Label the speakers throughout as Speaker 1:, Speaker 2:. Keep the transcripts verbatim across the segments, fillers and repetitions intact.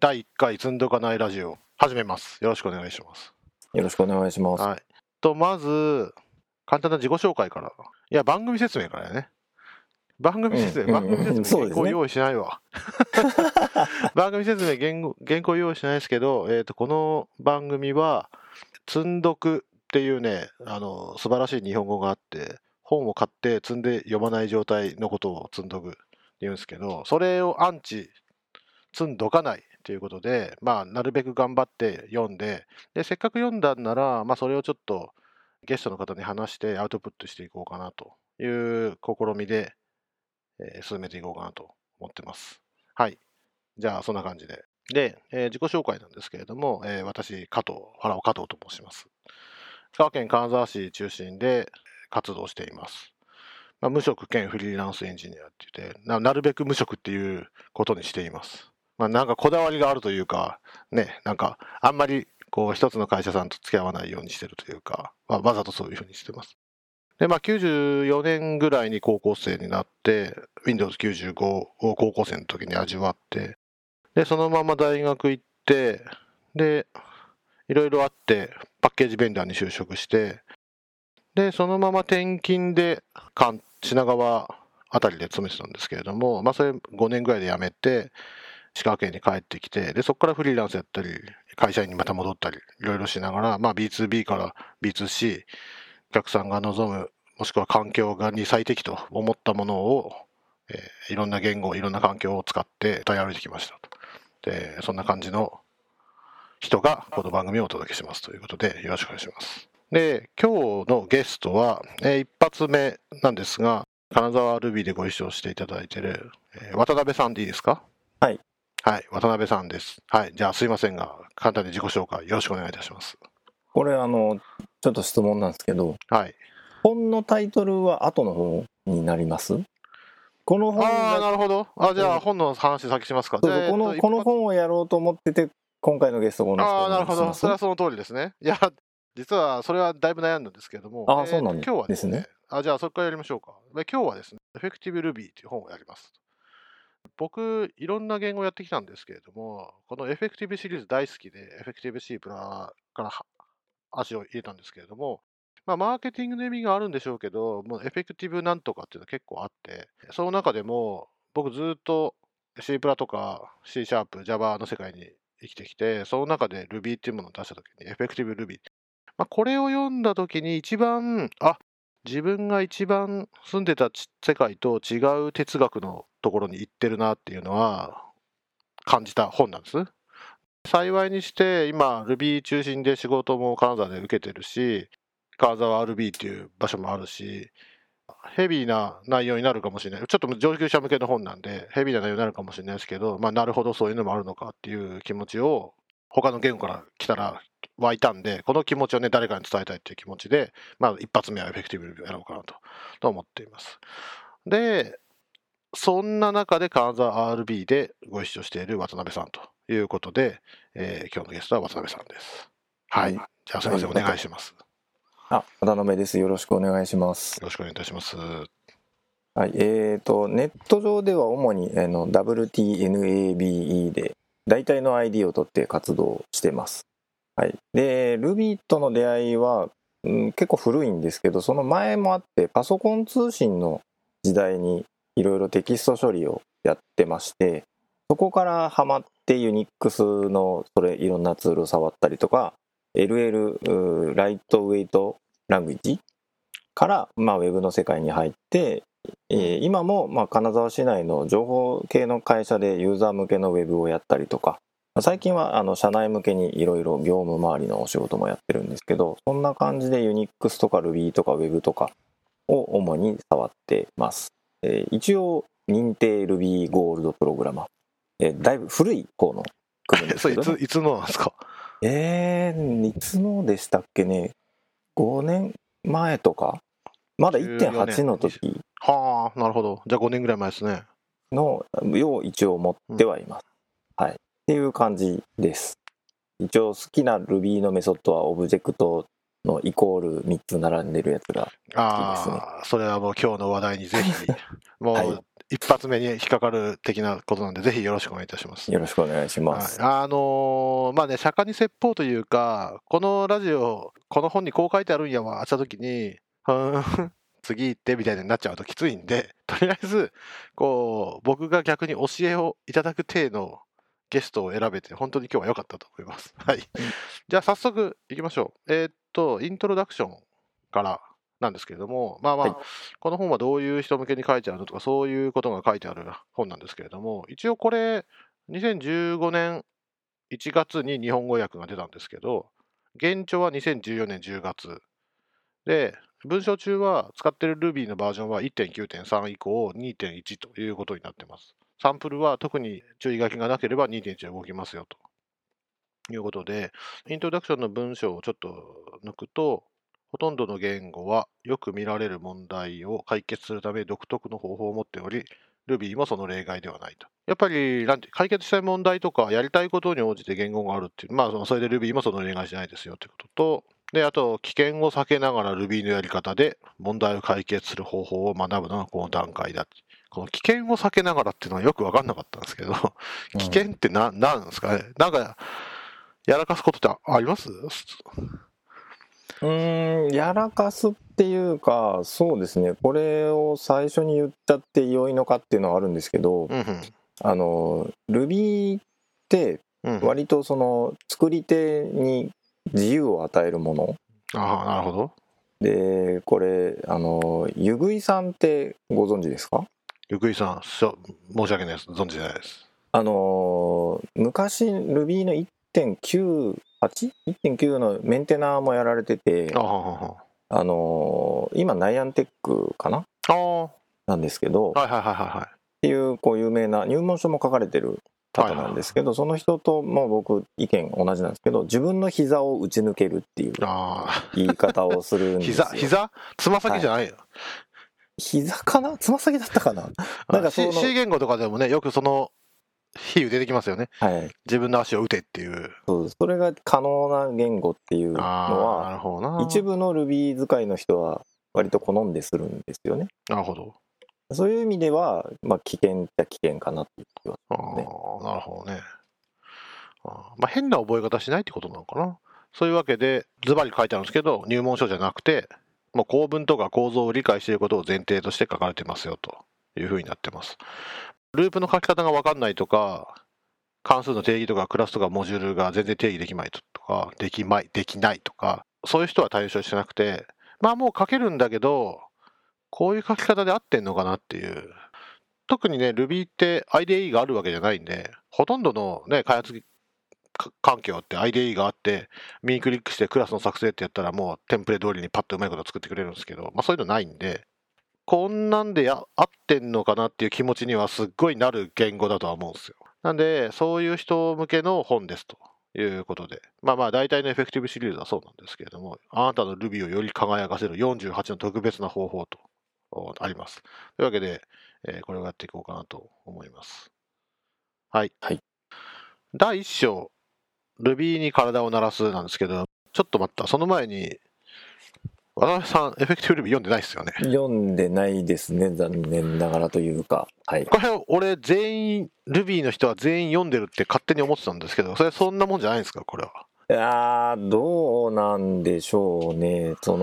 Speaker 1: だいいっかい積んどかないラジオ始めます。よろしくお願いします。
Speaker 2: よろしくお願いします。
Speaker 1: はい。とまず簡単な自己紹介から。いや番組説明からね。番組説明、うん、番組説明原稿用意しないわ。番組説明原稿原稿用意しないですけど、えーとこの番組は積んどくっていうね、あの素晴らしい日本語があって、本を買って積んで読まない状態のことを積んどくって言うんですけど、それをアンチ積んどかないということで、まあなるべく頑張って読んで、でせっかく読んだんなら、まあそれをちょっとゲストの方に話してアウトプットしていこうかなという試みで、えー、進めていこうかなと思ってます。はい。じゃあそんな感じで。で、えー、自己紹介なんですけれども、えー、私加藤、原尾加藤と申します。香川県金沢市中心で活動しています。まあ、無職兼フリーランスエンジニアって言って、な、なるべく無職っていうことにしています。まあ、なんかこだわりがあるというか、ね、なんかあんまりこう一つの会社さんと付き合わないようにしてるというか、まあ、わざとそういうふうにしてます。で、まあ、きゅうじゅうよねんぐらいに高校生になって、ウィンドウズきゅうじゅうご を高校生の時に味わって、で、そのまま大学行って、で、いろいろあって、パッケージベンダーに就職して、で、そのまま転勤で、品川あたりで勤めてたんですけれども、まあ、それごねんぐらいで辞めて、石川県に帰ってきて、で、そこからフリーランスやったり、会社員にまた戻ったり、いろいろしながら、まあ、ビーツービー から ビーツーシー、お客さんが望む、もしくは環境がに最適と思ったものを、えー、いろんな言語、いろんな環境を使って歌い歩いてきましたと。で、そんな感じの人がこの番組をお届けしますということで、よろしくお願いします。で、今日のゲストは、えー、一発目なんですが、金沢ルビーでご一緒していただいている、えー、渡辺さんでいいですか？
Speaker 2: はい。
Speaker 1: はい、渡辺さんです。はい、じゃあすいませんが、簡単に自己紹介よろしくお願いいたします。
Speaker 2: これあのちょっと質問なんですけど、
Speaker 1: はい。
Speaker 2: 本のタイトルは後の方になります？この本
Speaker 1: ああ、なるほど。あ、じゃあ本の話先しますか。
Speaker 2: そうそう、このこの本をやろうと思ってて、今回のゲストこの人にします。
Speaker 1: ああ、なるほど。それはその通りですね。いや、実はそれはだいぶ悩んだんですけれども、
Speaker 2: ああ、そうなんですね。
Speaker 1: 今日はですね、あ、じゃあそこからやりましょうか。今日はですね、エフェクティブ Ruby という本をやります。僕、いろんな言語をやってきたんですけれども、このエフェクティブシリーズ大好きで、エフェクティブ C プラから足を入れたんですけれども、まあ、マーケティングの意味があるんでしょうけど、もうエフェクティブなんとかっていうのは結構あって、その中でも僕ずっと C プラとか C シャープ、Java の世界に生きてきて、その中で Ruby っていうものを出したときに、エフェクティブ Ruby。まあ、これを読んだときに一番、あ、自分が一番住んでた世界と違う哲学のところに行ってるなっていうのは感じた本なんです。幸いにして今 Ruby 中心で仕事も金沢で受けてるし、金沢 アールビー っていう場所もあるし、ヘビーな内容になるかもしれない。ちょっと上級者向けの本なんでヘビーな内容になるかもしれないですけど、まあなるほどそういうのもあるのかっていう気持ちを他の言語から来たら湧いたんで、この気持ちをね誰かに伝えたいっていう気持ちで、まあ一発目はエフェクティブルやろうかなとと思っています。で、そんな中で金沢 アールビー でご一緒している渡辺さんということで、えー、今日のゲストは渡辺さんです。はい。じゃあすみません、お願いします。
Speaker 2: あ、渡辺です。よろしくお願いします。
Speaker 1: よろしくお願いいたします。
Speaker 2: はい。えーと、ネット上では主にあの ダブリューティーエヌエービーイー で大体の アイディー を取って活動してます。はい。で、Ruby との出会いは、うん、結構古いんですけど、その前もあって、パソコン通信の時代にいろいろテキスト処理をやってまして、そこからハマって Unix のそれいろんなツールを触ったりとか、エルエル ライトウェイトラングイッジから、まあ、ウェブの世界に入って、えー、今も、まあ、金沢市内の情報系の会社でユーザー向けのウェブをやったりとか、最近はあの社内向けにいろいろ業務周りのお仕事もやってるんですけど、そんな感じで Unix とか Ruby とか Web とかを主に触ってます。えー、一応認定 Ruby ゴールドプログラマー、えー、だいぶ古い方の組ですけど、ね、
Speaker 1: それいついつのなんですか？
Speaker 2: えー、いつのでしたっけね。ごねんまえとか、まだ いってんはち の時。
Speaker 1: はあ、なるほど。じゃあごねんぐらい前ですね。
Speaker 2: のを一応持ってはいます。うん、はい。っていう感じです。一応好きな Ruby のメソッドはオブジェクトのイコールみっつ並んでるやつが好きですね。
Speaker 1: ああ、それはもう今日の話題にぜひもう、はい、 一発目に引っかかる的なことなんで、ぜひよろしくお願いいたします。
Speaker 2: よろしくお願いします。
Speaker 1: はい、あのー、まあね、釈迦に説法というか、このラジオ、この本にこう書いてあるんやわ、したときに、ふーん、次行ってみたいになっちゃうときついんで、とりあえず、こう、僕が逆に教えをいただく体のゲストを選べて、本当に今日は良かったと思います。はい。じゃあ早速行きましょう。えー、っと、イントロダクションからなんですけれども、まあまあ、はい、この本はどういう人向けに書いてあるのとか、そういうことが書いてある本なんですけれども、一応これ、にせんじゅうごねんいちがつに日本語訳が出たんですけど、現状はにせんじゅうよねんじゅうがつで、文章中は使っている Ruby のバージョンは いってんきゅうてんさん 以降 にてんいち ということになっています。サンプルは特に注意書きがなければ にてんいち で動きますよということで、イントロダクションの文章をちょっと抜くと、ほとんどの言語はよく見られる問題を解決するため独特の方法を持っており、Ruby もその例外ではないと。やっぱりなんて解決したい問題とかやりたいことに応じて言語があるっていう、まあそのそれで Ruby もその例外じゃないですよということと、で、あと危険を避けながら Ruby のやり方で問題を解決する方法を学ぶのがこの段階だ。この危険を避けながらっていうのはよく分かんなかったんですけど、危険ってな、なんですかね。なんかやらかすことってあります？
Speaker 2: うーん、やらかすっていうか、そうですね、これを最初に言っちゃって良いのかっていうのはあるんですけど、
Speaker 1: うんうん、
Speaker 2: あの Ruby って割とその作り手に自由を与えるもの、
Speaker 1: うん、ああ、なるほど。
Speaker 2: で、これあのゆぐいさんってご存知ですか？
Speaker 1: ゆぐいさん、申し訳ないです、存じないです。
Speaker 2: あの昔 Ruby の いってんきゅうはち?いってんきゅう のメンテナーもやられてて、
Speaker 1: あはは
Speaker 2: あのー、今ナイアンテックかな
Speaker 1: あ
Speaker 2: なんですけど、
Speaker 1: はいはいはいはい、
Speaker 2: っていうこう有名な入門書も書かれてる方なんですけど、はいはいはい、その人とも僕意見同じなんですけど、自分の膝を打ち抜けるっていう言い方をするんですよ。
Speaker 1: 膝膝つま先じゃないよ、はい、
Speaker 2: 膝かなつま先だったかななんかその
Speaker 1: C 言語とかでもね、よくその比喩出てきますよね、はい、自分の足を打てっていう。
Speaker 2: そう、それが可能な言語っていうのは、
Speaker 1: なるほどな、
Speaker 2: 一部の Ruby 使いの人は割と好んでするんですよね。
Speaker 1: なるほど。
Speaker 2: そういう意味では、まあ、危険っちゃ危険かなっていう気は
Speaker 1: しますね。あ、なるほどね。あ、まあ、変な覚え方しないってことなのかな。そういうわけでズバリ書いてあるんですけど、入門書じゃなくてもう構文とか構造を理解していることを前提として書かれてますよというふうになってます。ループの書き方が分かんないとか、関数の定義とかクラスとかモジュールが全然定義できまいとか、できまい、できないとか、そういう人は対象してなくて、まあもう書けるんだけど、こういう書き方で合ってんのかなっていう。特にね、Ruby って アイディーイー があるわけじゃないんで、ほとんどのね、開発環境って アイディーイー があって、右クリックしてクラスの作成ってやったらもうテンプレ通りにパッとうまいこと作ってくれるんですけど、まあそういうのないんで、こんなんでや合ってんのかなっていう気持ちにはすっごいなる言語だとは思うんですよ。なんで、そういう人向けの本ですということで、まあまあ大体のエフェクティブシリーズはそうなんですけれども、あなたの Ruby をより輝かせるよんじゅうはちの特別な方法とあります。というわけで、えー、これをやっていこうかなと思います。はい。
Speaker 2: はい、
Speaker 1: だいいっ章、Ruby に体を鳴らすなんですけど、ちょっと待った、その前に、渡辺さん、エフェクティブ Ruby 読んでないですよね。
Speaker 2: 読んでないですね、残念ながらというか。はい、
Speaker 1: これ、俺、全員、Ruby の人は全員読んでるって勝手に思ってたんですけど、それそんなもんじゃないんですか、これは。
Speaker 2: いやー、どうなんでしょうね。そ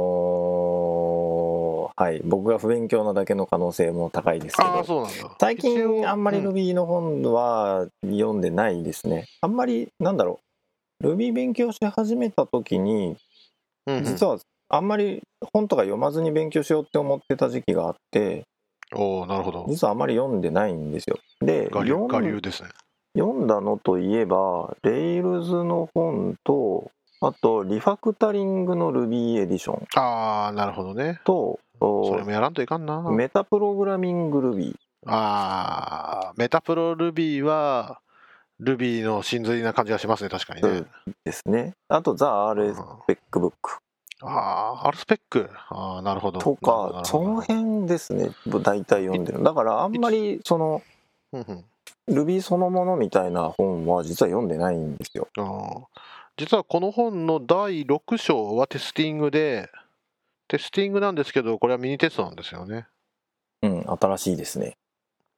Speaker 2: の、はい、僕が不勉強なだけの可能性も高いですけど、
Speaker 1: あ、そうなんだ。
Speaker 2: 最近あんまり Ruby の本は読んでないですね。うん、あんまり、なんだろう、Ruby 勉強し始めた時に、うんうん、実はあんまり本とか読まずに勉強しようって思ってた時期があって、
Speaker 1: おー、なるほど。
Speaker 2: 実はあまり読んでないんですよ。で、
Speaker 1: 我流、我流ですね。
Speaker 2: 読んだのといえば、Rails の本と、あと、リファクタリングの Ruby エディション。
Speaker 1: あー、なるほどね。
Speaker 2: と、
Speaker 1: それもやらんといかんな。
Speaker 2: メタプログラミング Ruby。
Speaker 1: あー、メタプロ Ruby は、Ruby の真髄な感じがしますね、確かにね。
Speaker 2: ですね。あと、ザ・ アール スペックブック。
Speaker 1: ああ、R スペック。ああ、なるほど。
Speaker 2: とか、その辺ですね、大体読んでる。だから、あんまり、その、Ruby そのものみたいな本は実は読んでないんですよ。
Speaker 1: あ、実はこの本のだいろく章はテスティングで、テスティングなんですけど、これはミニテストなんですよね。
Speaker 2: うん、新しいですね。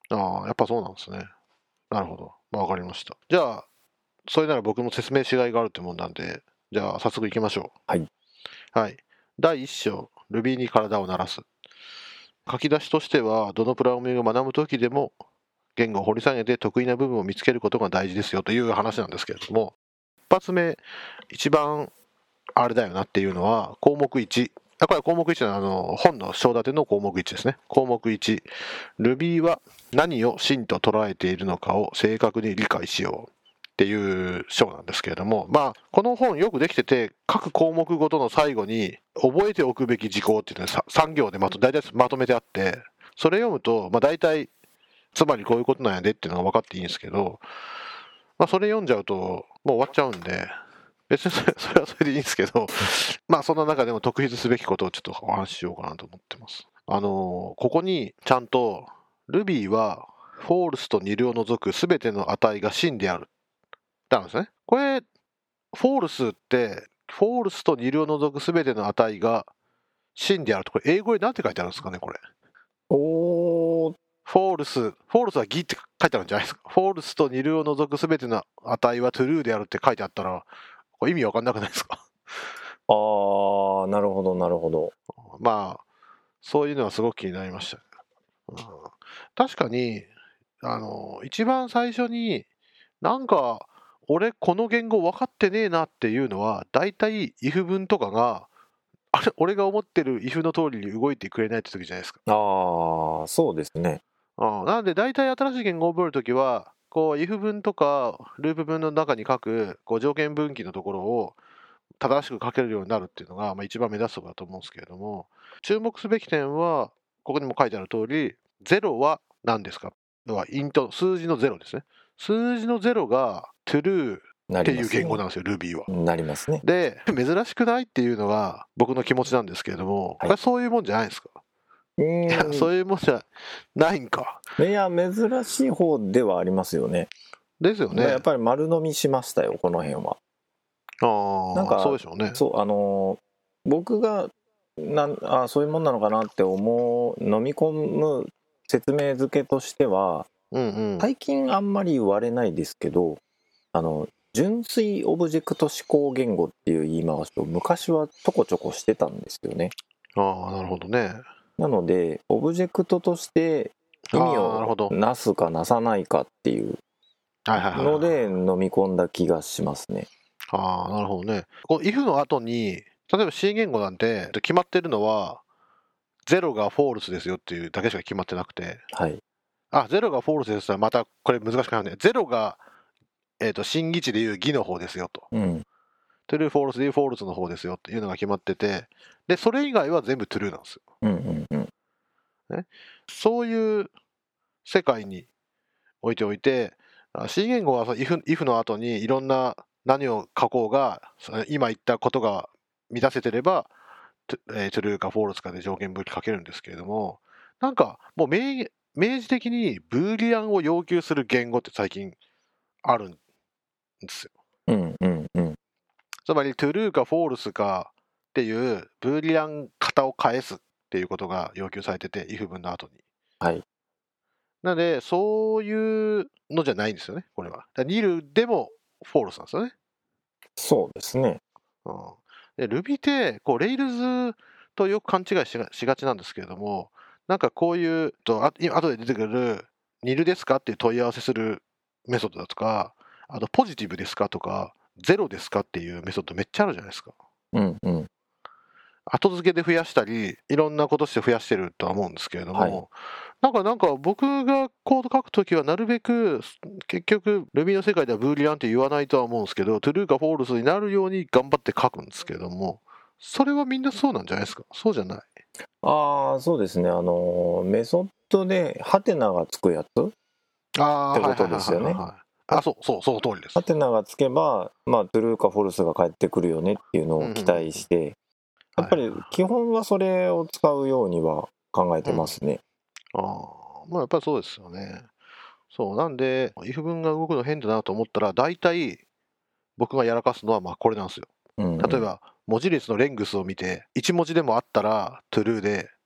Speaker 1: ああ、やっぱそうなんですね。なるほど。まあ、わかりました。じゃあ、それなら僕も説明しがいがあると思うんなんで、じゃあ、早速行きましょ
Speaker 2: う。はい。
Speaker 1: はい。だいいっ章、Ruby に体を慣らす。書き出しとしては、どのプログラミングを学ぶときでも、言語を掘り下げて得意な部分を見つけることが大事ですよという話なんですけれども、一発目、一番あれだよなっていうのは、項目いち。あ、これは項目いちのあの本の章立ての項目いちですね。項目いち。Ruby は何を真と捉えているのかを正確に理解しようっていう章なんですけれども、まあ、この本よくできてて、各項目ごとの最後に覚えておくべき事項っていうのはさん行でまと大体まとめてあって、それ読むと、まあ、大体、つまりこういうことなんやでっていうのが分かっていいんですけど、まあ、それ読んじゃうともう終わっちゃうんで、別にそれそれはそれでいいんですけど、まあそんな中でも特筆すべきことをちょっとお話ししようかなと思ってます。あのここにちゃんと Ruby はフォールスとニルを除く全ての値が真であるってあるんですね。これフォールスってフォールスとニルを除く全ての値が真であると、これ英語で何て書いてあるんですかね、これ。
Speaker 2: おー、
Speaker 1: フォールス、フォールスは偽って書いてあるんじゃないですか。フォールスとニルを除く全ての値は true であるって書いてあったら、これ意味わかんなくないですか。
Speaker 2: あー、なるほどなるほど。
Speaker 1: まあそういうのはすごく気になりました、うん、確かにあの一番最初になんか俺この言語分かってねえなっていうのは大体 if 文とかがあれ俺が思ってる if の通りに動いてくれないって時じゃないですか。
Speaker 2: ああ、そうですね。
Speaker 1: あなので大体新しい言語を覚えるときはこう if 文とかループ文の中に書くこう条件分岐のところを正しく書けるようになるっていうのが、まあ、一番目指すところだと思うんですけれども、注目すべき点はここにも書いてある通り、ゼロは何ですか、要はイント、数字のゼロですね。数字のゼロが true っていう言語なんですよ、Ruby は。
Speaker 2: なりますね。
Speaker 1: で、珍しくないっていうのが僕の気持ちなんですけれども、これはそういうもんじゃないですか。
Speaker 2: うーん、
Speaker 1: いや、そういうもんじゃないんか。
Speaker 2: いや、珍しい方ではありますよね。
Speaker 1: ですよね。
Speaker 2: やっぱり丸飲みしましたよ、この辺は。
Speaker 1: あ
Speaker 2: なんか
Speaker 1: そうでしょうね。
Speaker 2: そうあの僕がなんあそういうもんなのかなって思う飲み込む説明付けとしては、
Speaker 1: うんうん、
Speaker 2: 最近あんまり言われないですけど、あの純粋オブジェクト指向言語っていう言い回しを昔はちょこちょこしてたんですよね。
Speaker 1: ああ、なるほどね。
Speaker 2: なのでオブジェクトとして意味をなすかなさないかっていうので飲み込んだ気がしますね。
Speaker 1: ああ、なるほどね。この if の後に、例えば C 言語なんて決まってるのは、ゼロがフォールスですよっていうだけしか決まってなくて、
Speaker 2: はい、
Speaker 1: あ、ゼロがフォールスですとまたこれ難しくなるね。ゼロが、えーと、真偽値でいう偽の方ですよと。
Speaker 2: うん、
Speaker 1: トゥルーフォールスでいうフォールスの方ですよっていうのが決まってて、で、それ以外は全部トゥルーなんですよ。
Speaker 2: うんうんうん。
Speaker 1: ね、そういう世界においておいて、C 言語は if, if の後にいろんな何を書こうが今言ったことが満たせてればトゥルーかフォールスかで条件分岐書けるんですけれども、なんかもう明明示的にブーリアンを要求する言語って最近あるんですよ。
Speaker 2: うんうんうん。
Speaker 1: つまりトゥルーかフォールスかっていうブーリアン型を返すっていうことが要求されてて if 文の後に。
Speaker 2: はい。
Speaker 1: なのでそういうのじゃないんですよね、これは。ニルでもフォールスなんですよね。
Speaker 2: そうですね。
Speaker 1: うん、で Ruby ってこう Rails とよく勘違いしがしがちなんですけれども、なんかこういうとあ後で出てくるニルですかっていう問い合わせするメソッドだとか、あとポジティブですかとかゼロですかっていうメソッドめっちゃあるじゃないですか。
Speaker 2: うんうん。
Speaker 1: 後付けで増やしたりいろんなことして増やしてるとは思うんですけれども、
Speaker 2: はい、
Speaker 1: なんかなんか僕がコード書くときはなるべく結局 Ruby の世界ではブーリアンって言わないとは思うんですけど、トゥルーかフォールスになるように頑張って書くんですけれども、それはみんなそうなんじゃないですか。そうじゃない？
Speaker 2: ああ、そうですね。あのメソッドでハテナがつくやつ
Speaker 1: あ
Speaker 2: ってことですよね。
Speaker 1: あ、そうそうその通りです。
Speaker 2: ハテナがつけば、まあトゥルーかフォルスが返ってくるよねっていうのを期待して、うんうん、やっぱり基本はそれを使うようには考えてますね。
Speaker 1: うん、ああ、まあやっぱりそうですよね。そうなんで if 文が動くの変だなと思ったら大体僕がやらかすのはまあこれなんですよ。うんうん、例えば文字列のレングスを見ていち文字でもあったら true で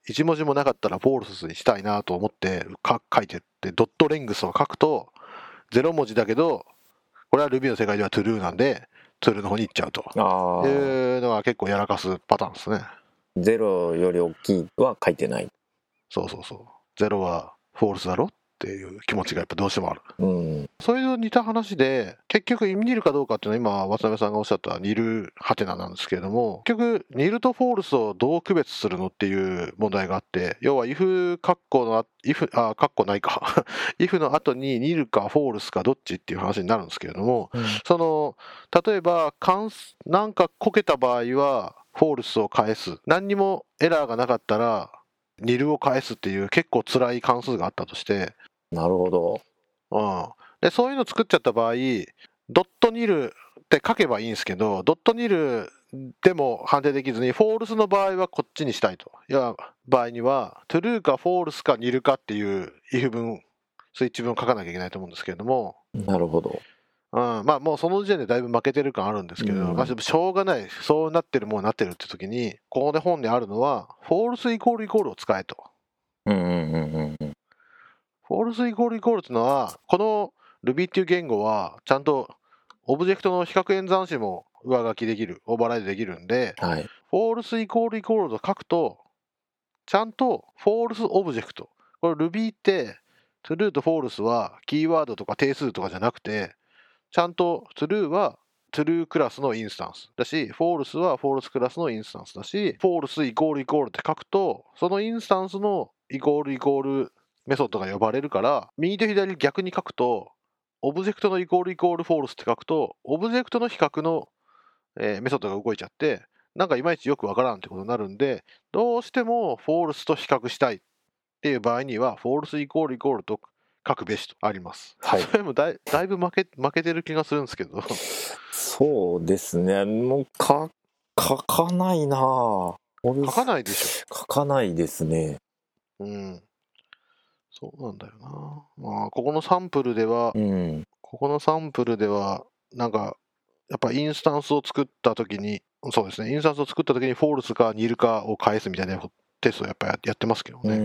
Speaker 1: いち文字もなかったらフォルスにしたいなと思ってか書いてって、ドットレングスを書くとゼロ文字だけど、これは Ruby の世界では true なんで true の方に行っちゃうと
Speaker 2: あ
Speaker 1: いうのが結構やらかすパターンですね。
Speaker 2: ゼロより大きいは書いてない。
Speaker 1: そうそうそう、ゼロはフォルスだろっていう気持ちがやっぱどうしてもある、
Speaker 2: うん、
Speaker 1: そういうの似た話で、結局ニルかどうかっていうのは今渡辺さんがおっしゃったニルハテナなんですけれども、結局ニルとフォルスをどう区別するのっていう問題があって、要は if カッコの if あカッコないかif の後にニルかフォルスかどっちっていう話になるんですけれども、うん、その例えばなんかこけた場合はフォルスを返す、何にもエラーがなかったらニルを返すっていう結構辛い関数があったとして、
Speaker 2: なるほど、
Speaker 1: うん、でそういうの作っちゃった場合、ドットニルって書けばいいんですけど、ドットニルでも判定できずにフォールスの場合はこっちにしたいという場合には、トゥルーかフォールスかニルかっていう if 文、スイッチ文を書かなきゃいけないと思うんですけれども、
Speaker 2: なるほど、
Speaker 1: うん、まあもうその時点でだいぶ負けてる感あるんですけど、うん、まあ、しょうがない、そうなってるもうなってるって時に、ここで本にあるのはフォールスイコールイコールを使えと。
Speaker 2: うんうんうんうん、
Speaker 1: フォールスイコールイコールっていうのは、この Ruby っていう言語はちゃんとオブジェクトの比較演算子も上書きできる、オーバーライドできるんで、
Speaker 2: はい、
Speaker 1: フォールスイコールイコールと書くと、ちゃんとフォールスオブジェクト、これ Ruby ってトゥルーとフォールスはキーワードとか定数とかじゃなくて、ちゃんと true は true クラスのインスタンスだし、false は false クラスのインスタンスだし、false イコールイコールって書くと、そのインスタンスのイコールイコールメソッドが呼ばれるから、右と左逆に書くと、オブジェクトのイコールイコール false って書くと、オブジェクトの比較の、えー、メソッドが動いちゃって、なんかいまいちよくわからんってことになるんで、どうしても false と比較したいっていう場合には、false イコールイコールと書くべしとあります。はい。それもだい、だいぶ負け、負けてる気がするんですけど。
Speaker 2: そうですね。もうか、書かないなぁ。
Speaker 1: 書かないでし
Speaker 2: ょ。書かないですね。
Speaker 1: うん。そうなんだよな。まあ、ここのサンプルでは、うん、ここのサンプルでは、なんか、やっぱインスタンスを作ったときに、そうですね、インスタンスを作ったときに、フォールスかニルかを返すみたいなテストをやっぱやってますけどね。
Speaker 2: うん、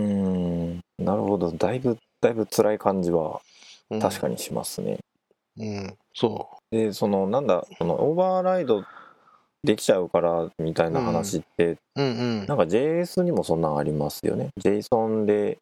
Speaker 2: なるほど。だいぶ、だいぶ辛い感じは確かにしますね。
Speaker 1: うん、うん、そう。
Speaker 2: で、その、なんだ、そのオーバーライドできちゃうからみたいな話って、うんうんうん、なんか ジェイエス にもそんなんありますよね。JSON で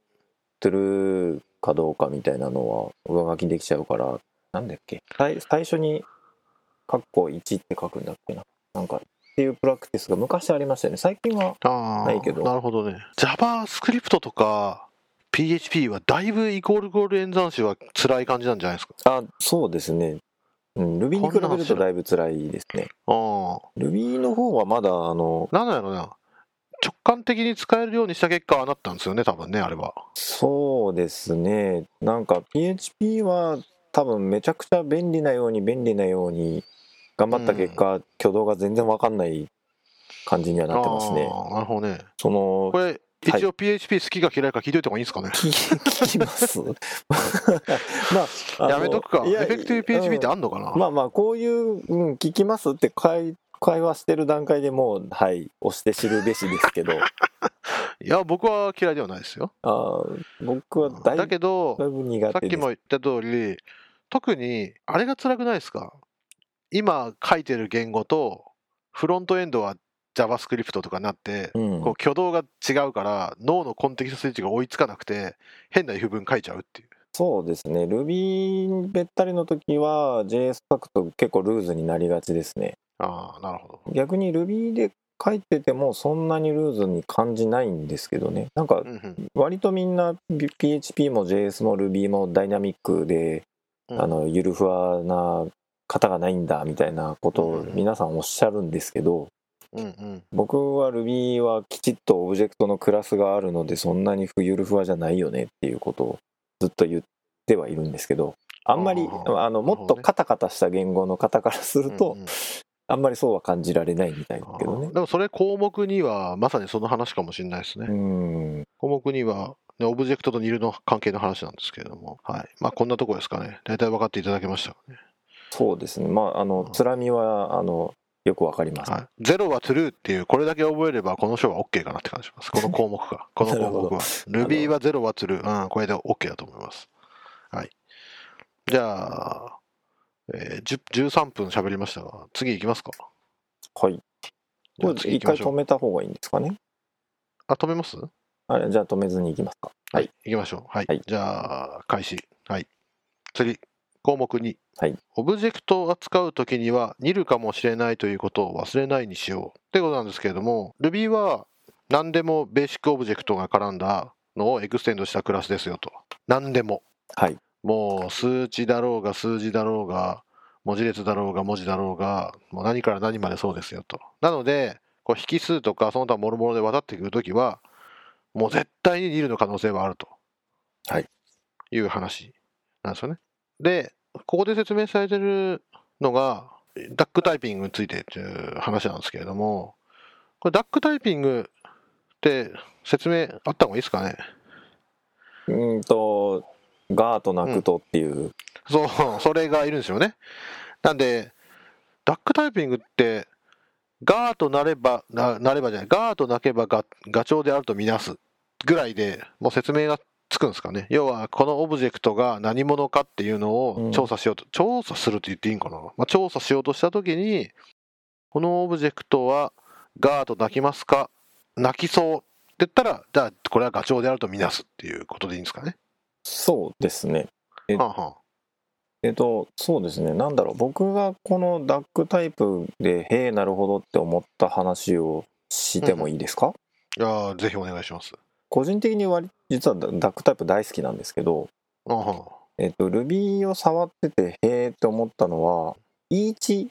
Speaker 2: true かどうかみたいなのは上書きできちゃうから、なんだっけ、最初にカッコいちって書くんだっけな、なんかっていうプラクティスが昔ありましたよね。最近はないけど。
Speaker 1: なるほどね。JavaScript とか ピーエイチピー はだいぶイコールイコール演算子は辛い感じなんじゃないですか。
Speaker 2: あ、そうですね。うん、Ruby に比べるとだいぶ辛いですね。ああ。Ruby の方はまだあの。
Speaker 1: なんだろうな。直感的に使えるようにした結果あなったんですよね、多分ね、あれは。
Speaker 2: そうですね。なんか ピーエイチピー は多分めちゃくちゃ便利なように便利なように頑張った結果、うん、挙動が全然わかんない感じにはなってますね。
Speaker 1: ああ、なるほどね。
Speaker 2: その
Speaker 1: これ一応 ピーエイチピー 好きか嫌いか聞いといた方がいいんですかね。
Speaker 2: 聞きますま
Speaker 1: あ、やめとくか。エフェクティブ ピーエイチピー ってあんのかな、
Speaker 2: うん、まあまあこういう、うん、聞きますって会会話してる段階でもうはい押して知るべしですけど。
Speaker 1: いや僕は嫌いではないですよ。
Speaker 2: あ僕はだいぶ
Speaker 1: だけど
Speaker 2: 苦手です。
Speaker 1: さっきも言った通り、特にあれが辛くないですか。今書いてる言語とフロントエンドは JavaScript とかになって、うん、こう挙動が違うから脳のコンテキストスイッチが追いつかなくて変な if 文書いちゃうっていう。
Speaker 2: そうですね。Ruby べったりの時は ジェイエス 書くと結構ルーズになりがちですね。
Speaker 1: ああ、なるほど。
Speaker 2: 逆に Ruby で書いててもそんなにルーズに感じないんですけどね。なんか割とみんな ピーエイチピー も ジェイエス も Ruby もダイナミックで、うん、あのゆるふわな型がないんだみたいなことを皆さんおっしゃるんですけど、うんうん、僕は Ruby はきちっとオブジェクトのクラスがあるのでそんなにゆるふわじゃないよねっていうことをずっと言ってはいるんですけど、あんまりあのもっとカタカタした言語の方からすると、うんうん、あんまりそうは感じられないみたいだけどね。
Speaker 1: でもそれ項目にはまさにその話かもしれないですね。うん、項目にはオブジェクトとニルの関係の話なんですけれども、はい、まあこんなところですかね。大体分かっていただけましたかね。
Speaker 2: そうですね。まああのつらみはあのよくわかります、
Speaker 1: はい、ゼロは true っていうこれだけ覚えればこの章は OK かなって感じします。この項目がこの項目は Ruby はゼロは true、うん、これで OK だと思います。はい、じゃあ、えー、じゅうさんぷん喋りましたが次行きますか。
Speaker 2: はい。じゃあ次行きましょう。一回止めた方がいいんですかね。
Speaker 1: あ、止めます？
Speaker 2: あれ、じゃあ止めずに行きますか。
Speaker 1: はい、行きましょう。はい、はい、じゃあ開始。はい、次項目に、
Speaker 2: はい、
Speaker 1: オブジェクトを扱うときには似るかもしれないということを忘れないにしようってことなんですけれども、 Ruby は何でもベーシックオブジェクトが絡んだのをエクステンドしたクラスですよと。何でも、
Speaker 2: はい、
Speaker 1: もう数値だろうが数字だろうが文字列だろうが文字だろうがもう何から何までそうですよと。なのでこう引数とかその他もろもろで渡ってくるときはもう絶対に似るの可能性はあると、
Speaker 2: はい、
Speaker 1: いう話なんですよね。でここで説明されてるのがダックタイピングについてっていう話なんですけれども、これダックタイピングって説明あった方がいいですかね。
Speaker 2: うんとガーとナクトっていう、うん、
Speaker 1: そうそれがいるんですよね。なんでダックタイピングってガーとなれば な, なればじゃないガーとなけばガガチョウであるとみなすぐらいでもう説明がつくんですかね。要はこのオブジェクトが何者かっていうのを調査しようと、うん、調査すると言っていいんかな、まあ、調査しようとしたときにこのオブジェクトはガーと鳴きますか、鳴きそうって言ったらじゃあこれはガチョウであるとみなすっていうことでいいんですかね。
Speaker 2: そうですね。え
Speaker 1: はあはあ、
Speaker 2: えっとそうですね。なんだろう、僕がこのダックタイプでへえなるほどって思った話をしてもいいですか？
Speaker 1: うん、いやぜひお願いします。
Speaker 2: 個人的に割実はダックタイプ大好きなんですけど、
Speaker 1: あはあ、
Speaker 2: えっと Ruby を触っててへえって思ったのは each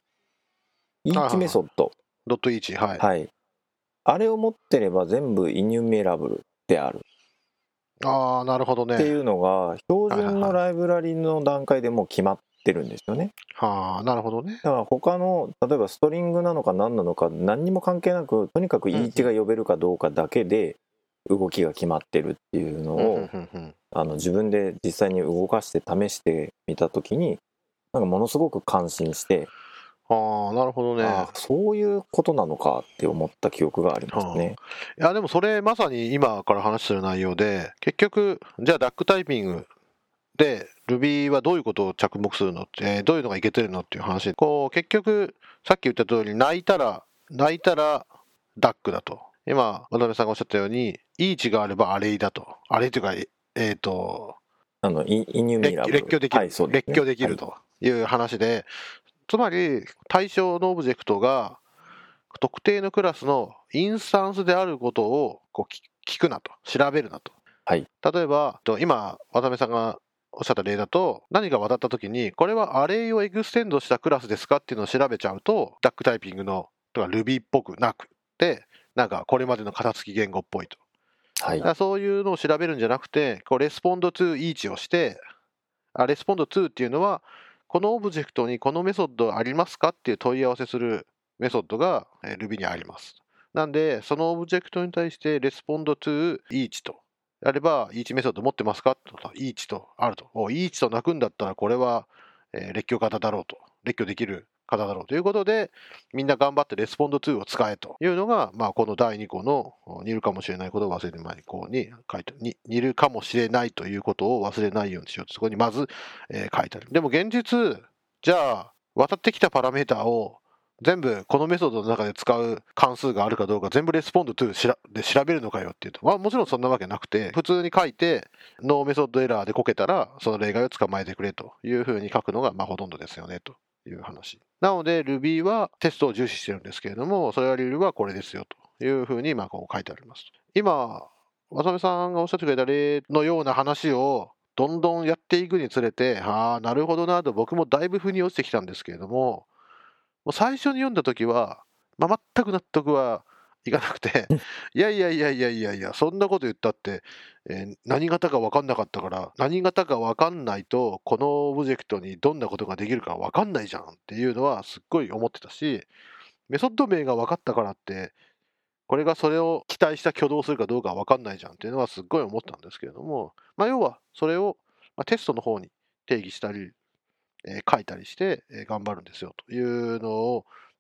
Speaker 2: each メソッド
Speaker 1: ドットeach、はい、
Speaker 2: はい、あれを持ってれば全部イニュメラブルである。
Speaker 1: ああなるほどね。
Speaker 2: っていうのが標準のライブラリの段階でもう決まってるんですよね。
Speaker 1: はあなるほどね。
Speaker 2: だから他の例えばストリングなのか何なのか何にも関係なくとにかく each が呼べるかどうかだけで動きが決まってるっていうのを、うんうんうんうん、あの自分で実際に動かして試してみた時になんかものすごく感心して、
Speaker 1: ああなるほどね。
Speaker 2: あそういうことなのかって思った記憶がありますね。
Speaker 1: はあ、いやでもそれまさに今から話してる内容で結局じゃあダックタイピングで Ruby はどういうことを着目するのってどういうのがいけてるのっていう話でこう結局さっき言った通り泣いたら泣いたらダックだと。今渡辺さんがおっしゃったようにイーチがあればアレイだと。アレイというかえっ、えー、と
Speaker 2: あのイイニュミラブル
Speaker 1: 列挙できる、
Speaker 2: はいそうですね、
Speaker 1: 列挙できるという話で、はい、つまり対象のオブジェクトが特定のクラスのインスタンスであることをこう聞くなと調べるなと、
Speaker 2: はい、
Speaker 1: 例えば今渡辺さんがおっしゃった例だと何か渡った時にこれはアレイをエクステンドしたクラスですかっていうのを調べちゃうとダックタイピングのとか Ruby っぽくなくてなんかこれまでの型付き言語っぽいと、はい、だからそういうのを調べるんじゃなくてこうレスポンド to each をしてあレスポンド to っていうのはこのオブジェクトにこのメソッドありますかっていう問い合わせするメソッドが Ruby にあります。なんでそのオブジェクトに対してレスポンド to each とあれば each メソッド持ってますかと each とあると each と鳴くんだったらこれは列挙型だろうと列挙できる型だろうということでみんな頑張ってレスポンド to を使えというのが、まあ、このだいに項の似るかもしれないことを忘れない項に書いてある。に似るかもしれないということを忘れないようにしようとそこにまず、えー、書いてある。でも現実じゃあ渡ってきたパラメータを全部このメソッドの中で使う関数があるかどうか全部レスポンド to で調べるのかよっていうと、まあ、もちろんそんなわけなくて普通に書いてノーメソッドエラーでこけたらその例外を捕まえてくれというふうに書くのがまあほとんどですよねという話なので Ruby はテストを重視してるんですけれどもそれは理由はこれですよというふうにまあこう書いてあります。今渡辺さんがおっしゃってくれた例のような話をどんどんやっていくにつれてああなるほどなと僕もだいぶ腑に落ちてきたんですけれどももう最初に読んだ時は、まあ、全く納得はいかなくていやいやいやいやいやいやそんなこと言ったって、えー、何型か分かんなかったから何型か分かんないとこのオブジェクトにどんなことができるか分かんないじゃんっていうのはすっごい思ってたしメソッド名が分かったからってこれがそれを期待した挙動するかどうか分かんないじゃんっていうのはすっごい思ったんですけれども、まあ、要はそれを、まあ、テストの方に定義したりえー、書いたりして、えー、頑張るんですよというのを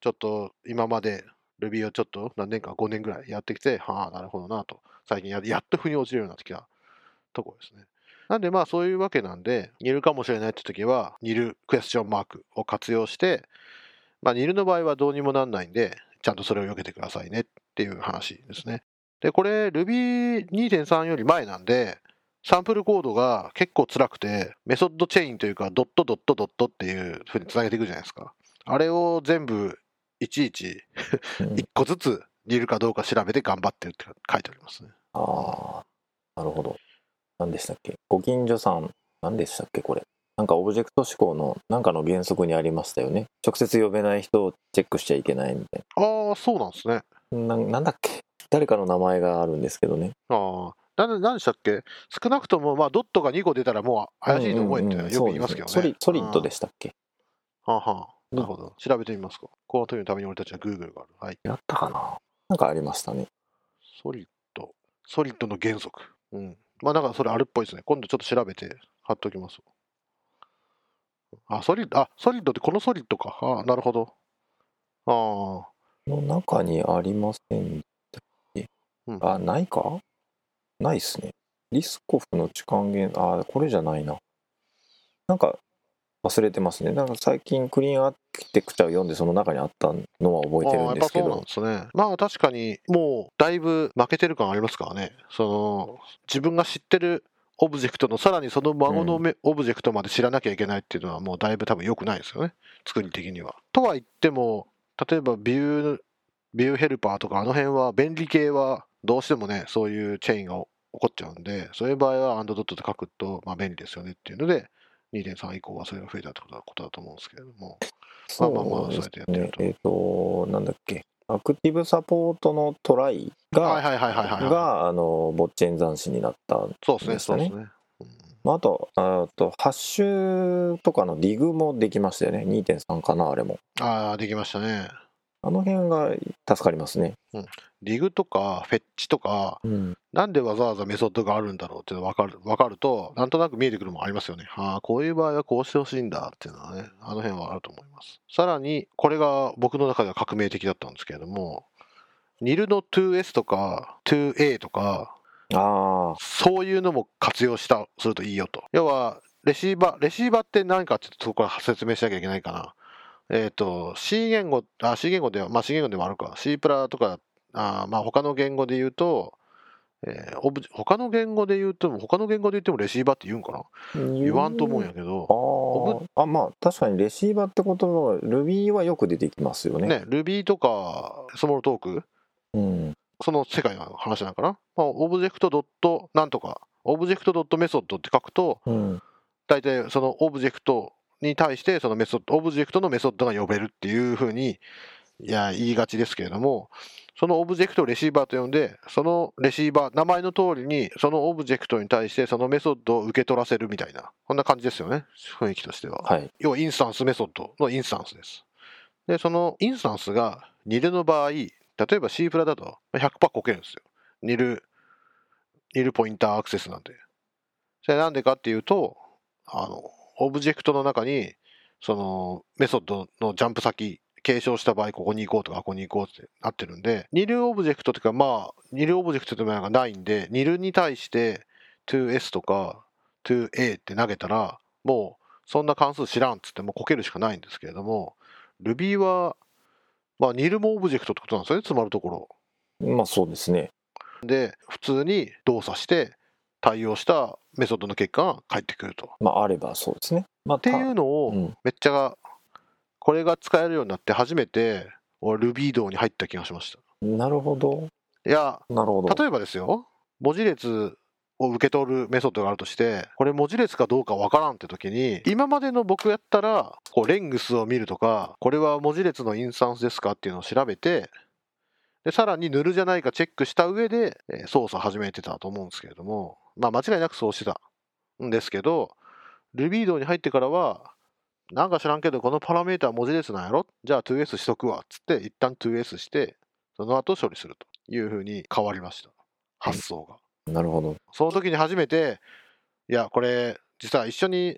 Speaker 1: ちょっと今まで Ruby をちょっと何年かごねんぐらいやってきて、はあ、なるほどなと、最近ややっと腑に落ちるようになってきたところですね。なんでまあそういうわけなんで、ニルかもしれないって時は、ニルクエスチョンマークを活用して、まあニルの場合はどうにもなんないんで、ちゃんとそれを避けてくださいねっていう話ですね。で、これ ルビーにてんさん より前なんで、サンプルコードが結構辛くて、メソッドチェインというか、ドットドットドットっていうふうにつなげていくじゃないですか。あれを全部いちいちいっこずつニルかどうか調べて頑張ってるって書いてありますね。
Speaker 2: ああ、なるほど。何でしたっけ、ご近所さん、何でしたっけこれ。なんかオブジェクト思考のなんかの原則にありましたよね。直接呼べない人をチェックしちゃいけないみたい
Speaker 1: な。ああ、そうなんですね。
Speaker 2: な。なんだっけ、誰かの名前があるんですけどね。
Speaker 1: ああ。なんでしたっけ、少なくともまあドットがにこ出たらもう怪しいと思えってよく言いますけどね。
Speaker 2: ソリ、ソリッドでしたっけ。
Speaker 1: はあはあ、なるほど。調べてみますか。この時のために俺たちは Google がある。はい。
Speaker 2: やったかな、なんかありましたね。
Speaker 1: ソリッド。ソリッドの原則。うん。まあなんかそれあるっぽいですね。今度ちょっと調べて貼っておきます。あ、ソリッド、あ、ソリッドってこのソリッドか。ああ、なるほど。ああ。
Speaker 2: の中にありませんでしたっけ、うん、あ、ないか、ないっすね。リスコフの置換原、あ、これじゃないな。なんか忘れてますね。なんか最近クリーンアーキテクチャを読んでその中にあったのは覚えてるんですけど。
Speaker 1: あ、やっぱそうなんですね。まあ確かにもうだいぶ負けてる感ありますからね。その自分が知ってるオブジェクトのさらにその孫のオブジェクトまで知らなきゃいけないっていうのはもうだいぶ多分良くないですよね、作り的には。とは言っても例えばビュービューヘルパーとかあの辺は便利系はどうしてもねそういうチェーンが起こっちゃうんで、そういう場合はアンドドットで書くとまあ便利ですよねっていうので にてんさん 以降はそれが増えたってことだと思うんですけれども、まあまあまあそうやってやってると。
Speaker 2: えっとなんだっけ、アクティブサポートのトライががあのボッチェン残死になったんですね。
Speaker 1: そうですね、そうですね。
Speaker 2: うん、あとあとハッシュとかのディグもできましたよね。 にてんさん かな、あれも。
Speaker 1: ああ、できましたね。
Speaker 2: あの辺が助かりますね。
Speaker 1: うん、リグとかフェッチとか、うん、なんでわざわざメソッドがあるんだろうっていうのが分かる、分かると、なんとなく見えてくるもありますよね。ああ、こういう場合はこうしてほしいんだっていうのはね、あの辺はあると思います。さらに、これが僕の中では革命的だったんですけれども、ニルの ツーエス とか ツーエー とか、
Speaker 2: あ
Speaker 1: そういうのも活用したするといいよと。要は、レシーバー、レシーバーって何かってそこから説明しなきゃいけないかな。えっ、ー、と、C 言語、あ、C 言語では、まあ C 言語でもあるか。C プラとか、あまあ他の言語で言うと、えー、オブ他の言語で言うと、他の言語で言ってもレシーバーって言うんかな、言わんと思うんやけど。
Speaker 2: ああ、まあ確かにレシーバーってことは Ruby はよく出てきますよね。
Speaker 1: ね、Ruby とかスモールトーク、うん、その世界の話なのかな。まあ、オブジェクトドットなんとか、オブジェクトドットメソッドって書くと、うん、大体そのオブジェクトに対してそのメソッド、オブジェクトのメソッドが呼べるっていうふうにいや言いがちですけれども、そのオブジェクトをレシーバーと呼んで、そのレシーバー、名前の通りにそのオブジェクトに対してそのメソッドを受け取らせるみたいな、こんな感じですよね、雰囲気としては。はい、要はインスタンスメソッドのインスタンスです。で、そのインスタンスがニルの場合、例えば C プラだと ひゃくパーセント こけるんですよ。ニル、ニルポインターアクセスなんで。それなんでかっていうと、あの、オブジェクトの中に、そのメソッドのジャンプ先、継承した場合、ここに行こうとか、ここに行こうってなってるんで、ニルオブジェクトっていうか、まあ、ニルオブジェクトっていうのがないんで、ニルに対して ツーエス とか ツーエー って投げたら、もう、そんな関数知らんっつってもうこけるしかないんですけれども、Ruby は、まあ、ニルもオブジェクトってことなんですよね、つまるところ。
Speaker 2: まあ、そうですね。
Speaker 1: で、普通に動作して、対応したメソッドの結果が返ってくると。
Speaker 2: まあ、あればそうですね。
Speaker 1: まあ、っていうのを、めっちゃ、これが使えるようになって初めて、俺 Ruby 道に入った気がしました。
Speaker 2: なるほど。
Speaker 1: いや、
Speaker 2: なるほど。
Speaker 1: 例えばですよ、文字列を受け取るメソッドがあるとして、これ文字列かどうかわからんって時に、今までの僕やったら、こうレングスを見るとか、これは文字列のインスタンスですかっていうのを調べて、でさらにヌルじゃないかチェックした上で、えー、操作始めてたと思うんですけれども、まあ間違いなくそうしてたんですけど、Ruby 道に入ってからは、なんか知らんけど、このパラメータ文字列なんやろ、じゃあ ツーエス しとくわっつって、一旦 ツーエス して、その後処理するというふうに変わりました。発想が。
Speaker 2: なるほど。
Speaker 1: その時に初めて、いや、これ、実は一緒に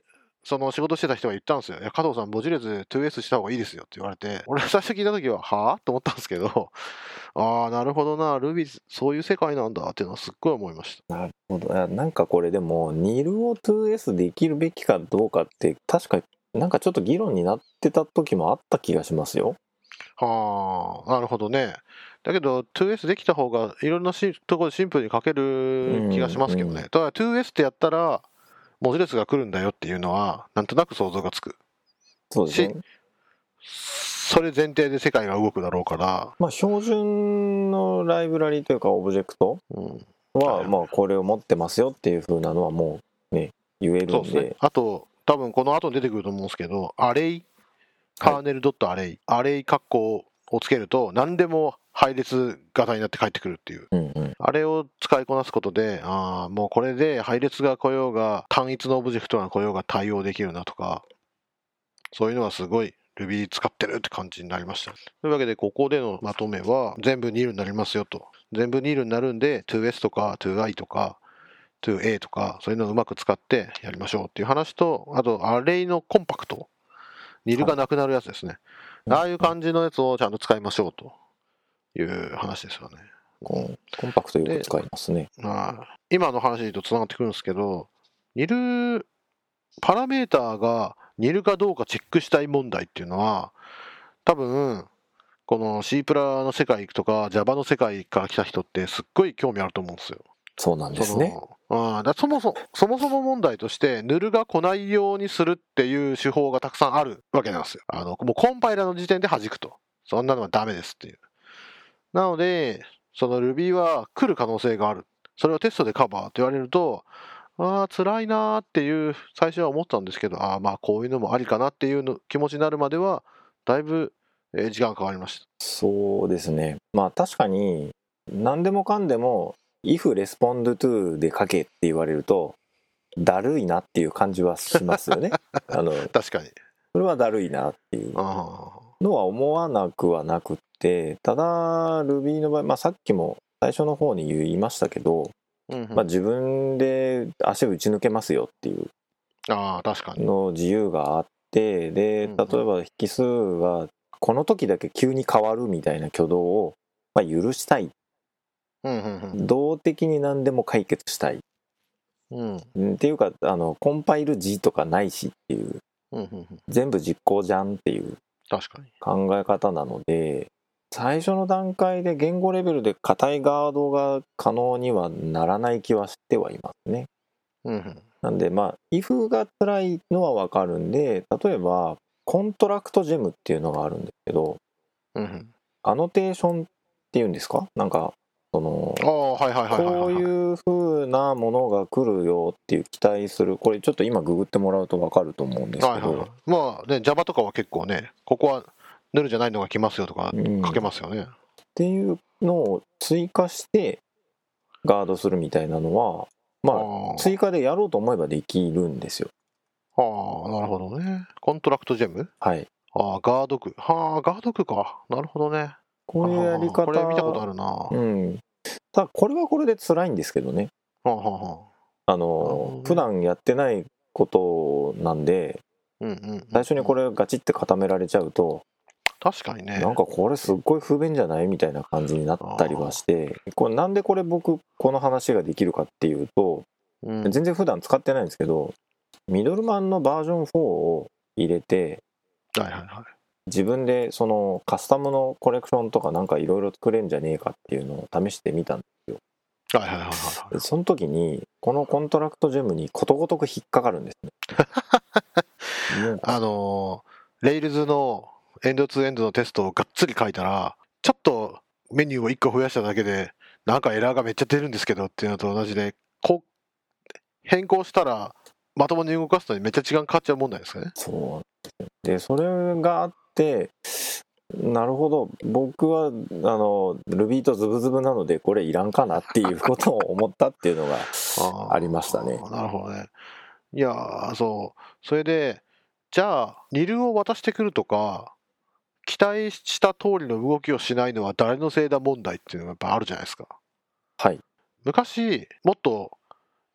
Speaker 1: その仕事してた人が言ったんですよ。いや加藤さん文字列 ツーエス した方がいいですよって言われて、俺最初聞いた時ははぁと思ったんですけど、ああなるほどな、Ruby そういう世界なんだっていうのはすっごい思いました。
Speaker 2: なるほど。いやなんかこれでも ニル を ツーエス できるべきかどうかって確かなんかちょっと議論になってた時もあった気がしますよ。
Speaker 1: はあなるほどね。だけど ツーエス できた方がいろんなしところでシンプルに書ける気がしますけどね。
Speaker 2: うんうん、
Speaker 1: だから ツーエス ってやったら文字列が来るんだよっていうのはなんとなく想像がつく。
Speaker 2: そうですね。
Speaker 1: それ前提で世界が動くだろうから。
Speaker 2: まあ標準のライブラリというかオブジェクトは、うん、まあこれを持ってますよっていう風なのはもうね言えるんで。そうですね。
Speaker 1: あと多分この後に出てくると思うんですけど、アレイカーネルドットアレイ、アレイ括弧をつけると何でも配列型になって返ってくるっていう、
Speaker 2: うんうん、
Speaker 1: あれを使いこなすことで、あもうこれで配列が来ようが単一のオブジェクトが来ようが対応できるなとか、そういうのはすごい Ruby 使ってるって感じになりました。というわけでここでのまとめは全部ニルになりますよと。全部ニルになるんで ツーエス とか ツーアイ とか ツーエー とかそういうのをうまく使ってやりましょうっていう話と、あとアレイのコンパクト、ニルがなくなるやつですね、はい、ああいう感じのやつをちゃんと使いましょうという話ですよね。
Speaker 2: うん、コンパクトよく使いますね。
Speaker 1: あ今の話とつながってくるんですけど、ニルパラメーターがニルかどうかチェックしたい問題っていうのは多分この C プラの世界とか Java の世界から来た人ってすっごい興味あると思うんですよ。
Speaker 2: そうなんですね。
Speaker 1: あだそもそもそもそも問題としてヌルが来ないようにするっていう手法がたくさんあるわけなんですよ。あのもうコンパイラの時点で弾くと、そんなのはダメですっていう。なのでその Ruby は来る可能性がある、それをテストでカバーって言われると、ああ辛いなーっていう最初は思ったんですけど、ああまあこういうのもありかなっていうの気持ちになるまではだいぶ時間かかりました。
Speaker 2: そうですね。まあ確かに何でもかんでも if respond to で書けって言われるとだるいなっていう感じはしますよね。あの
Speaker 1: 確かに
Speaker 2: それはだるいなっていうのは思わなくはなくって、ただ Ruby の場合、まあ、さっきも最初の方に言いましたけど、うんうん、まあ、自分で足を打ち抜けますよっていうの自由があって、で例えば引数がこの時だけ急に変わるみたいな挙動を、まあ、許したい、うんうんうん、動的に何でも解決したい、うん、っていうかあのコンパイル時とかないしっていう、うんうんうん、全部実行じゃんっていう考え方なので、最初の段階で言語レベルで硬いガードが可能にはならない気はしてはいますね。うんうん、なんでまあ if が辛いのは分かるんで、例えばコントラクトジェムっていうのがあるんですけど、うんうん、アノテーションっていうんですか、なんかそのこういう風なものが来るよっていう期待する、これちょっと今ググってもらうと分かると思うんですけど、はいはいはい、
Speaker 1: まあね Java とかは結構ね、ここはヌルじゃないのが来ますよとか書けますよね、うん、
Speaker 2: っていうのを追加してガードするみたいなのはまあ追加でやろうと思えばできるんですよ。
Speaker 1: ああなるほどね。コントラクトジェム、
Speaker 2: はい、
Speaker 1: ああガード区、はあガード区か、なるほどね。
Speaker 2: こういうやり方、
Speaker 1: これ見たことあるな。うん。
Speaker 2: ただこれはこれで辛いんですけどね。はあはあ、あの、ね、普段やってないことなんで、うんうんうんうん、最初にこれガチって固められちゃうと、
Speaker 1: 確かにね、
Speaker 2: なんかこれすっごい不便じゃないみたいな感じになったりはして、これなんでこれ僕この話ができるかっていうと、うん、全然普段使ってないんですけど、ミドルマンのバージョンフォーを入れて、はいはいはい、自分でそのカスタムのコレクションとかなんかいろいろ作れんじゃねえかっていうのを試してみたんですよ。はいはいはいはい。その時にこのコントラクトジェムにことごとく引っかかるんですね。
Speaker 1: あのレイルズのエンドツーエンドのテストをがっつり書いたら、ちょっとメニューをいっこ増やしただけでなんかエラーがめっちゃ出るんですけどっていうのと同じで、こう変更したらまともに動かすのにめっちゃ時間かかっちゃう問題ですかね。
Speaker 2: そうで、それがあって、なるほど、僕はあの Ruby とズブズブなのでこれいらんかなっていうことを思ったっていうのがありましたね。
Speaker 1: なるほどね。いやそうそれでじゃあニルを渡してくるとか期待した通りの動きをしないのは誰のせいだ問題っていうのがやっぱあるじゃないですか。
Speaker 2: はい。
Speaker 1: 昔もっと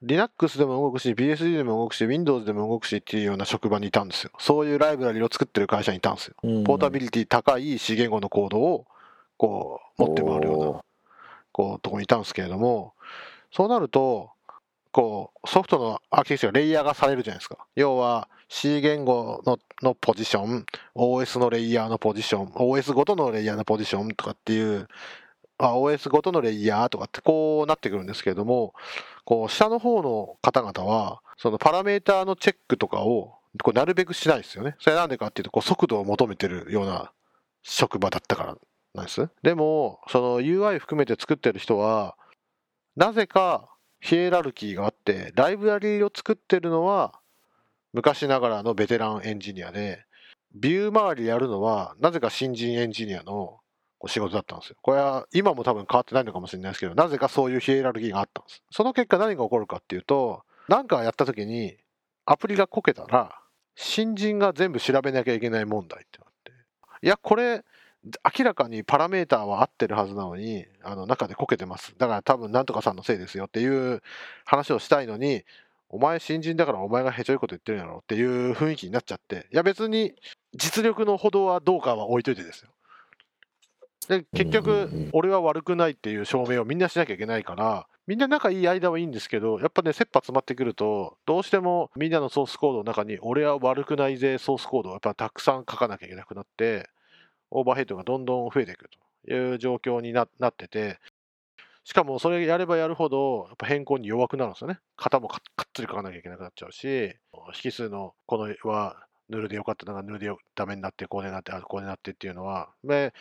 Speaker 1: Linux でも動くし ビーエスディー でも動くし Windows でも動くしっていうような職場にいたんですよ。そういうライブラリを作ってる会社にいたんですよ。
Speaker 2: うん、
Speaker 1: ポータビリティ高い C 言語のコードをこう持って回るようなこうとこにいたんですけれども、そうなるとこうソフトのアーキテクチャがレイヤーがされるじゃないですか。要は C 言語 の, のポジション、 オーエス のレイヤーのポジション、 オーエス ごとのレイヤーのポジションとかっていう、あ オーエス ごとのレイヤーとかってこうなってくるんですけれども、こう下の方の方々はそのパラメーターのチェックとかをこうなるべくしないですよね。それなんでかっていうとこう速度を求めてるような職場だったからなんです。でもその ユーアイ 含めて作ってる人はなぜかヒエラルキーがあって、ライブラリーを作ってるのは昔ながらのベテランエンジニアで、ビュー周りやるのはなぜか新人エンジニアの仕事だったんですよ。これは今も多分変わってないのかもしれないですけど、なぜかそういうヒエラルキーがあったんです。その結果何が起こるかっていうと、何かやった時にアプリがこけたら新人が全部調べなきゃいけない問題ってなって、いやこれ明らかにパラメーターは合ってるはずなのにあの中でこけてます、だから多分なんとかさんのせいですよっていう話をしたいのに、お前新人だからお前がへちょいこと言ってるんやろっていう雰囲気になっちゃって、いや別に実力のほどはどうかは置いといてですよ。で結局俺は悪くないっていう証明をみんなしなきゃいけないから、みんな仲いい間はいいんですけど、やっぱね切羽詰まってくるとどうしてもみんなのソースコードの中に俺は悪くないぜソースコードをやっぱたくさん書かなきゃいけなくなって、オーバーヘッドがどんどん増えていくという状況に な, なってて、しかもそれやればやるほどやっぱ変更に弱くなるんですよね。型も か, かっつり書かなきゃいけなくなっちゃうし、引数のこのはヌルでよかったのがヌルでダメになってこうになってあこうになってっていうのは、で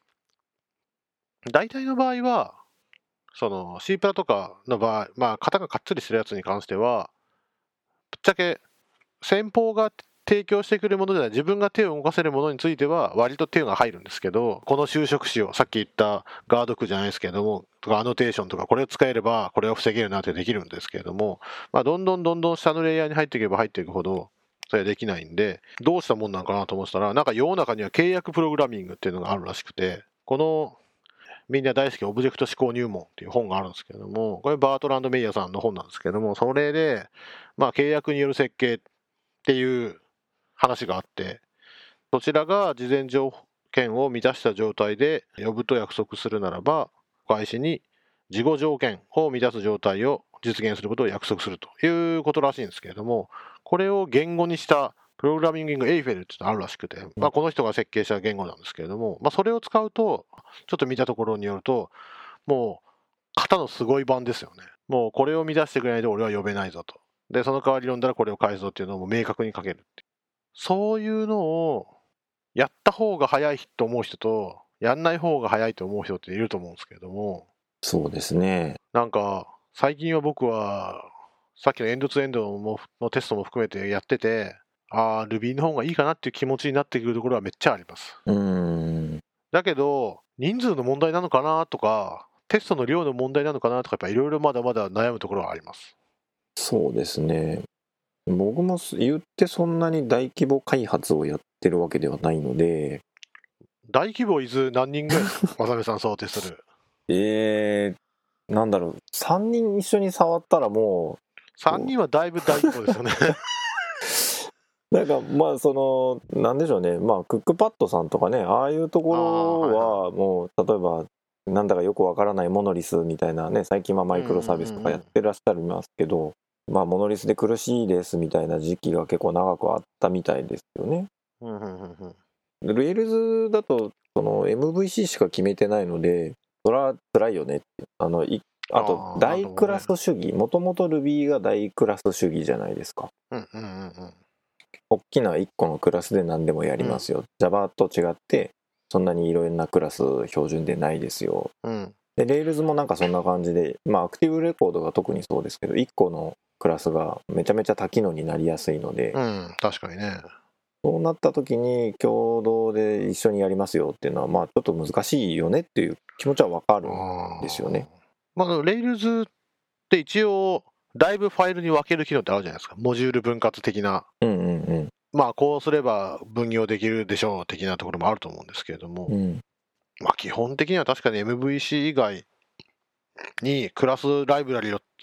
Speaker 1: 大体の場合はその C プラとかの場合、まあ型がかっつりするやつに関してはぶっちゃけ先方が提供してくるものでは自分が手を動かせるものについては割と手が入るんですけど、この修飾詞をさっき言ったガード句じゃないですけれどもとかアノテーションとかこれを使えればこれを防げるなってできるんですけれども、まあ、どんどんどんどん下のレイヤーに入っていけば入っていくほどそれはできないんで、どうしたもんなんかなと思ってたら、なんか世の中には契約プログラミングっていうのがあるらしくて、このみんな大好きオブジェクト思考入門っていう本があるんですけれども、これバートランド・メイヤーさんの本なんですけれども、それでまあ契約による設計っていう話があって、そちらが事前条件を満たした状態で呼ぶと約束するならば、開始に事後条件を満たす状態を実現することを約束するということらしいんですけれども、これを言語にしたプログラミングエイフェルっていうのがあるらしくて、まあ、この人が設計した言語なんですけれども、まあ、それを使うとちょっと見たところによるともう型のすごい版ですよね。もうこれを満たしてくれないと俺は呼べないぞと。でその代わり読んだらこれを返すぞっていうのをもう明確に書けるって。そういうのをやった方が早いと思う人とやんない方が早いと思う人っていると思うんですけれども、
Speaker 2: そうですね。
Speaker 1: なんか最近は僕はさっきのエンドツーエンド の, のテストも含めてやってて、ああ Ruby の方がいいかなっていう気持ちになってくるところはめっちゃあります。
Speaker 2: うーん。
Speaker 1: だけど人数の問題なのかなとかテストの量の問題なのかなとか、やっぱいろいろまだまだ悩むところはあります。
Speaker 2: そうですね。僕も言ってそんなに大規模開発をやってるわけではないので。
Speaker 1: 大規模伊豆何人ぐらいですか渡部さん想定する。
Speaker 2: えー、なんだろう、さんにん一緒に触ったらもう
Speaker 1: さんにんはだいぶ大規模ですよね
Speaker 2: なんかまあそのなんでしょうね、まあクックパッドさんとかね、ああいうところはもう例えばなんだかよくわからないモノリスみたいなね、最近はマイクロサービスとかやってらっしゃいますけど、まあモノリスで苦しいですみたいな時期が結構長くあったみたいですよね。
Speaker 1: うんうんうんうん。
Speaker 2: レールズだとその エムブイシー しか決めてないので、それは辛いよねって。あのいあと大クラス主義、もともと Ruby が大クラス主義じゃないですか。
Speaker 1: うんうんうんうん。
Speaker 2: 大きないっこのクラスで何でもやりますよ、うん、Java と違ってそんなにいろんなクラス標準でないですよ、うん、で Rails もなんかそんな感じで、まあアクティブレコードが特にそうですけど、いっこのクラスがめちゃめちゃ多機能になりやすいので、
Speaker 1: うん、確かにね。
Speaker 2: そうなった時に共同で一緒にやりますよっていうのはまあちょっと難しいよねっていう気持ちは分かるんですよね。
Speaker 1: まあ Rails って一応だいぶファイルに分ける機能ってあるじゃないですか。モジュール分割的な、
Speaker 2: うんうんうん、
Speaker 1: まあこうすれば分業できるでしょう的なところもあると思うんですけれども、うん、まあ基本的には確かに エムブイシー 以外にクラスライブラリを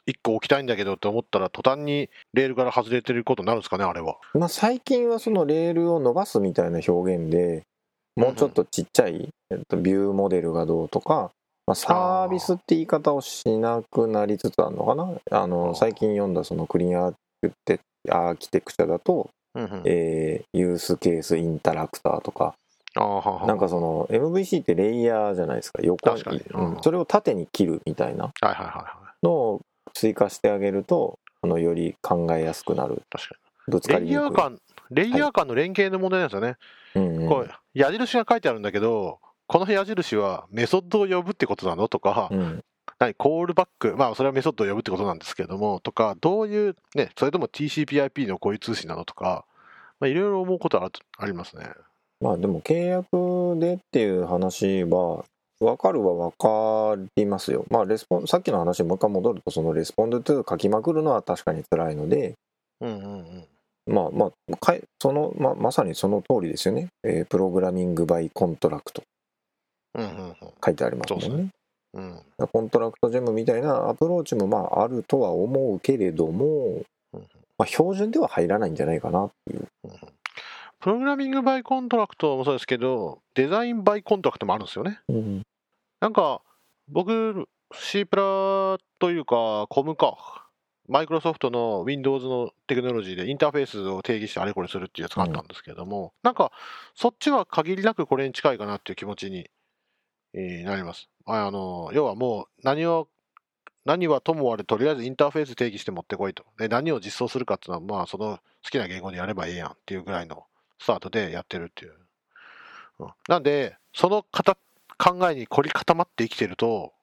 Speaker 1: いっこ置きたいんだけどって思ったら途端にレールから外れてることになるんですかね、あれは。
Speaker 2: まあ、最近はそのレールを伸ばすみたいな表現でもうちょっとちっちゃい、えっと、ビューモデルがどうとか、まあ、サービスって言い方をしなくなりつつあるのかな。あの最近読んだそのクリーンアーテアーキテクチャだと、
Speaker 1: うんうん、
Speaker 2: えー、ユースケースインタラクターとか、
Speaker 1: あはは
Speaker 2: なんかその エムブイシー ってレイヤーじゃないですか、横に、
Speaker 1: 確かに、
Speaker 2: うん、それを縦に切るみたいな
Speaker 1: はいはいはいはい
Speaker 2: のを追加してあげると、あのより考えやすくなる。
Speaker 1: 確か
Speaker 2: ぶつか
Speaker 1: に。
Speaker 2: りにくい。
Speaker 1: レイヤー間、レイヤー間の連携の問題なんですよね。
Speaker 2: はい、うんうん、
Speaker 1: こう矢印が書いてあるんだけど、この矢印はメソッドを呼ぶってことなのとか、
Speaker 2: うん、
Speaker 1: 何コールバック、まあそれはメソッドを呼ぶってことなんですけども、とか、どういう、ね、それとも ティーシーピーアイピー のこういう通信なのとか、まあ、いろいろ思うことは あ, ありますね。
Speaker 2: まあでも契約でっていう話は分かるは分かりますよ。まあレスポンさっきの話にもう一回戻ると、そのレスポンドトゥ書きまくるのは確かに辛いので、
Speaker 1: うんうんうん、
Speaker 2: まあまあかいその ま, まさにその通りですよね。えー、プログラミングバイコントラクト書いてありますもんね。うんうんうんうん、コントラクトジェムみたいなアプローチもまああるとは思うけれども、うんうん、まあ、標準では入らないんじゃないかなっていう。
Speaker 1: うんうん、プログラミングバイコントラクトもそうですけど、デザインバイコントラクトもあるんですよね。うん、なんか僕 C プラというかコムかマイクロソフトの Windows のテクノロジーでインターフェースを定義してあれこれするっていうやつがあったんですけども、うん、なんかそっちは限りなくこれに近いかなっていう気持ちに、えー、なります。あの要はもう何を何はともあれとりあえずインターフェース定義して持ってこいと。で何を実装するかっていうのはまあその好きな言語でやればいいやんっていうぐらいのスタートでやってるっていう。うん、なんでその方考えに凝り固まって生きてると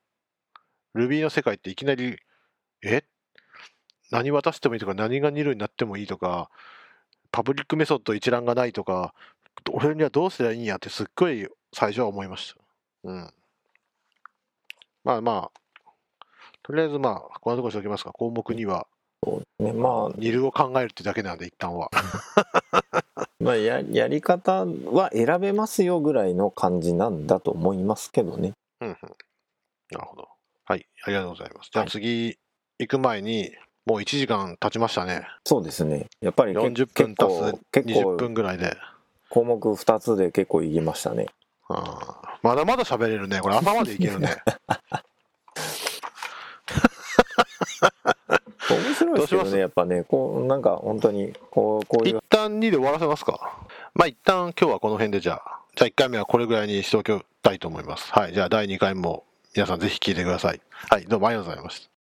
Speaker 1: Ruby の世界っていきなりえ何渡してもいいとか何がに類になってもいいとかパブリックメソッド一覧がないとか俺にはどうすればいいんやってすっごい最初は思いました。うん。まあまあとりあえずまあこんなところしておきますか。項目には
Speaker 2: そうね、まあ
Speaker 1: ニルを考えるってだけなんで一旦は
Speaker 2: まあ や, やり方は選べますよぐらいの感じなんだと思いますけどね。
Speaker 1: うんうん。なるほど。はい、ありがとうございます。じゃあ次行く前にもういちじかん経ちましたね。
Speaker 2: そうですね。やっぱり
Speaker 1: よんじゅっぷん足すにじゅっぷんぐらいで
Speaker 2: 項目ふたつで結構いきましたね。
Speaker 1: ああ、まだまだ喋れるね。これ朝までいけるね。
Speaker 2: 面白いですけどね、やっぱね、こうなんか本当にこうこういう。
Speaker 1: 一旦にで終わらせますか。まあ一旦今日はこの辺でじゃあ、じゃあいっかいめはこれぐらいにしておきたいと思います。はい、じゃあだいにかいも皆さんぜひ聞いてください。はい、どうもありがとうございました。